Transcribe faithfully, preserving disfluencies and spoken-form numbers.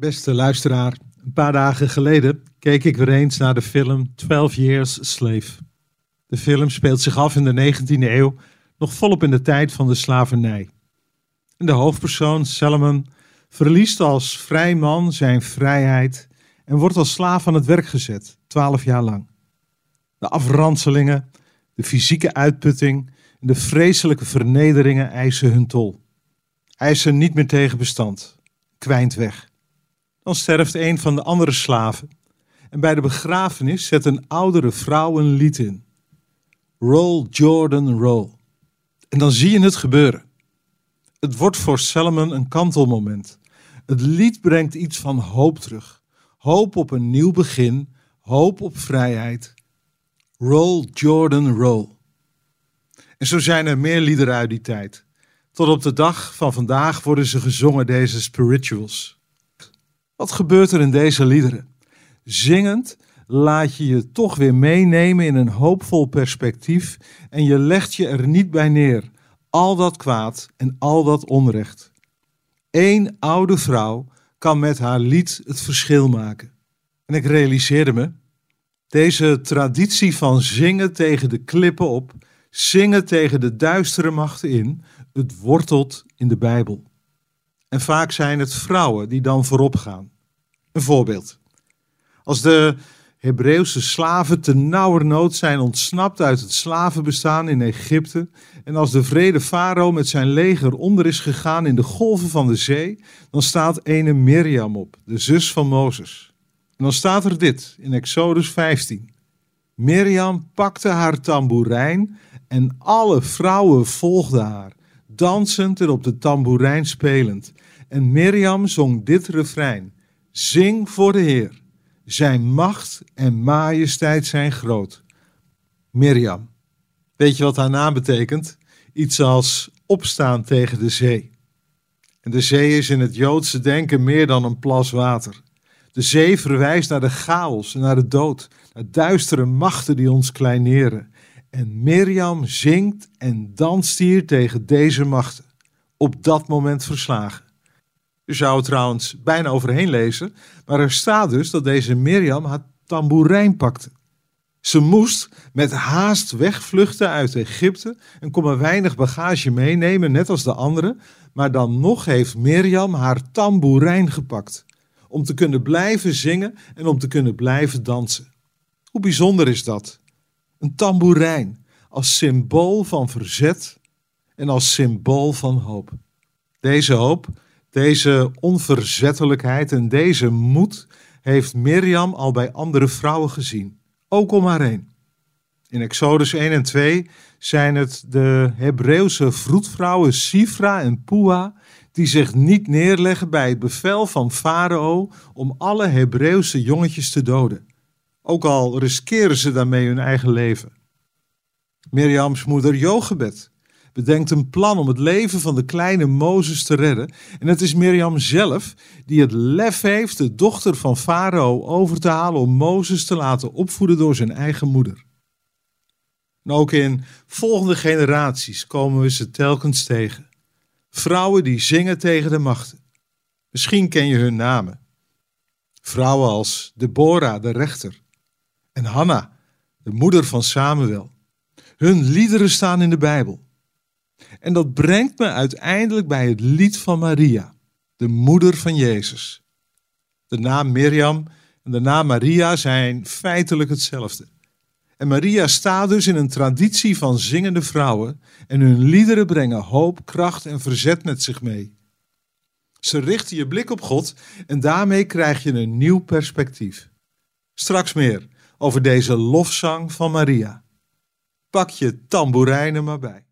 Beste luisteraar, een paar dagen geleden keek ik weer eens naar de film twaalf Years a Slave. De film speelt zich af in de negentiende eeuw, nog volop in de tijd van de slavernij. En de hoofdpersoon, Salomon, verliest als vrij man zijn vrijheid en wordt als slaaf aan het werk gezet, twaalf jaar lang. De afranselingen, de fysieke uitputting en de vreselijke vernederingen eisen hun tol. Hij is er niet meer tegen bestand, kwijnt weg. Dan sterft een van de andere slaven en bij de begrafenis zet een oudere vrouw een lied in. Roll Jordan roll. En dan zie je het gebeuren. Het wordt voor Salomon een kantelmoment. Het lied brengt iets van hoop terug. Hoop op een nieuw begin, hoop op vrijheid. Roll Jordan roll. En zo zijn er meer liederen uit die tijd. Tot op de dag van vandaag worden ze gezongen, deze spirituals. Wat gebeurt er in deze liederen? Zingend laat je je toch weer meenemen in een hoopvol perspectief en je legt je er niet bij neer. Al dat kwaad en al dat onrecht. Eén oude vrouw kan met haar lied het verschil maken. En ik realiseerde me, deze traditie van zingen tegen de klippen op, zingen tegen de duistere machten in, het wortelt in de Bijbel. En vaak zijn het vrouwen die dan voorop gaan. Een voorbeeld. Als de Hebreeuwse slaven te nauwernood zijn ontsnapt uit het slavenbestaan in Egypte en als de wrede farao met zijn leger onder is gegaan in de golven van de zee, dan staat ene Mirjam op, de zus van Mozes. En dan staat er dit in Exodus vijftien. Mirjam pakte haar tamboerijn en alle vrouwen volgden haar, dansend en op de tamboerijn spelend. En Mirjam zong dit refrein. Zing voor de Heer. Zijn macht en majesteit zijn groot. Mirjam. Weet je wat haar naam betekent? Iets als opstaan tegen de zee. En de zee is in het Joodse denken meer dan een plas water. De zee verwijst naar de chaos en naar de dood. Naar duistere machten die ons kleineren. En Mirjam zingt en danst hier tegen deze machten. Op dat moment verslagen. Je zou het trouwens bijna overheen lezen, maar er staat dus dat deze Mirjam haar tamboerijn pakte. Ze moest met haast wegvluchten uit Egypte en kon maar weinig bagage meenemen, net als de anderen. Maar dan nog heeft Mirjam haar tamboerijn gepakt. Om te kunnen blijven zingen en om te kunnen blijven dansen. Hoe bijzonder is dat? Een tamboerijn als symbool van verzet en als symbool van hoop. Deze hoop, deze onverzettelijkheid en deze moed heeft Mirjam al bij andere vrouwen gezien. Ook om haar heen. In Exodus één en twee zijn het de Hebreeuwse vroedvrouwen Sifra en Pua die zich niet neerleggen bij het bevel van Farao om alle Hebreeuwse jongetjes te doden. Ook al riskeren ze daarmee hun eigen leven. Mirjams moeder Jochebed bedenkt een plan om het leven van de kleine Mozes te redden. En het is Mirjam zelf die het lef heeft de dochter van Farao over te halen om Mozes te laten opvoeden door zijn eigen moeder. En ook in volgende generaties komen we ze telkens tegen. Vrouwen die zingen tegen de machten. Misschien ken je hun namen. Vrouwen als Deborah, de rechter. En Hanna, de moeder van Samuel. Hun liederen staan in de Bijbel. En dat brengt me uiteindelijk bij het lied van Maria, de moeder van Jezus. De naam Mirjam en de naam Maria zijn feitelijk hetzelfde. En Maria staat dus in een traditie van zingende vrouwen en hun liederen brengen hoop, kracht en verzet met zich mee. Ze richten je blik op God en daarmee krijg je een nieuw perspectief. Straks meer over deze lofzang van Maria. Pak je tamboerijnen maar bij.